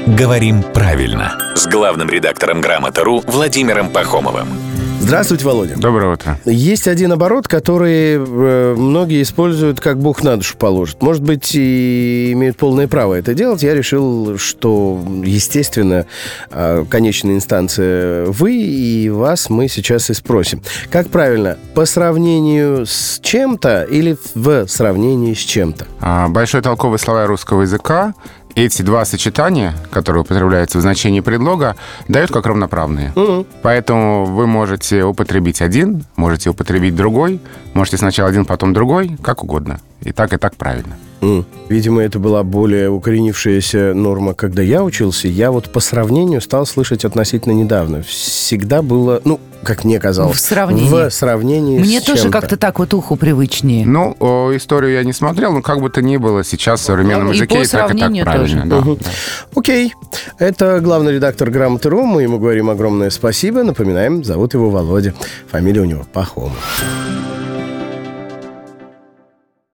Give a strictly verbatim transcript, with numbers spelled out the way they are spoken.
«Говорим правильно» с главным редактором «Грамоты.ру» Владимиром Пахомовым. Здравствуйте, Володя. Доброе утро. Есть один оборот, который э, многие используют, как Бог на душу положит. Может быть, и имеют полное право это делать. Я решил, что, естественно, э, конечная инстанция вы, и вас мы сейчас и спросим. Как правильно, по сравнению с чем-то или в сравнении с чем-то? А, большой толковый словарь русского языка. Эти два сочетания, которые употребляются в значении предлога, дают как равноправные. Mm-hmm. Поэтому вы можете употребить один, можете употребить другой, можете сначала один, потом другой, как угодно. И так, и так правильно. Mm. Видимо, это была более укоренившаяся норма, когда я учился. Я вот по сравнению стал слышать относительно недавно. Всегда было, ну, как мне казалось, в сравнении, в сравнении Мне с тоже чем-то. как-то так вот уху привычнее. Ну, о, историю я не смотрел, но как бы то ни было, сейчас в современном И языке по и так, и так сравнению правильно. Да, Угу. да. Окей. Это главный редактор «Грамоты.ру». Мы ему говорим огромное спасибо. Напоминаем, зовут его Володя. Фамилия у него Пахомов.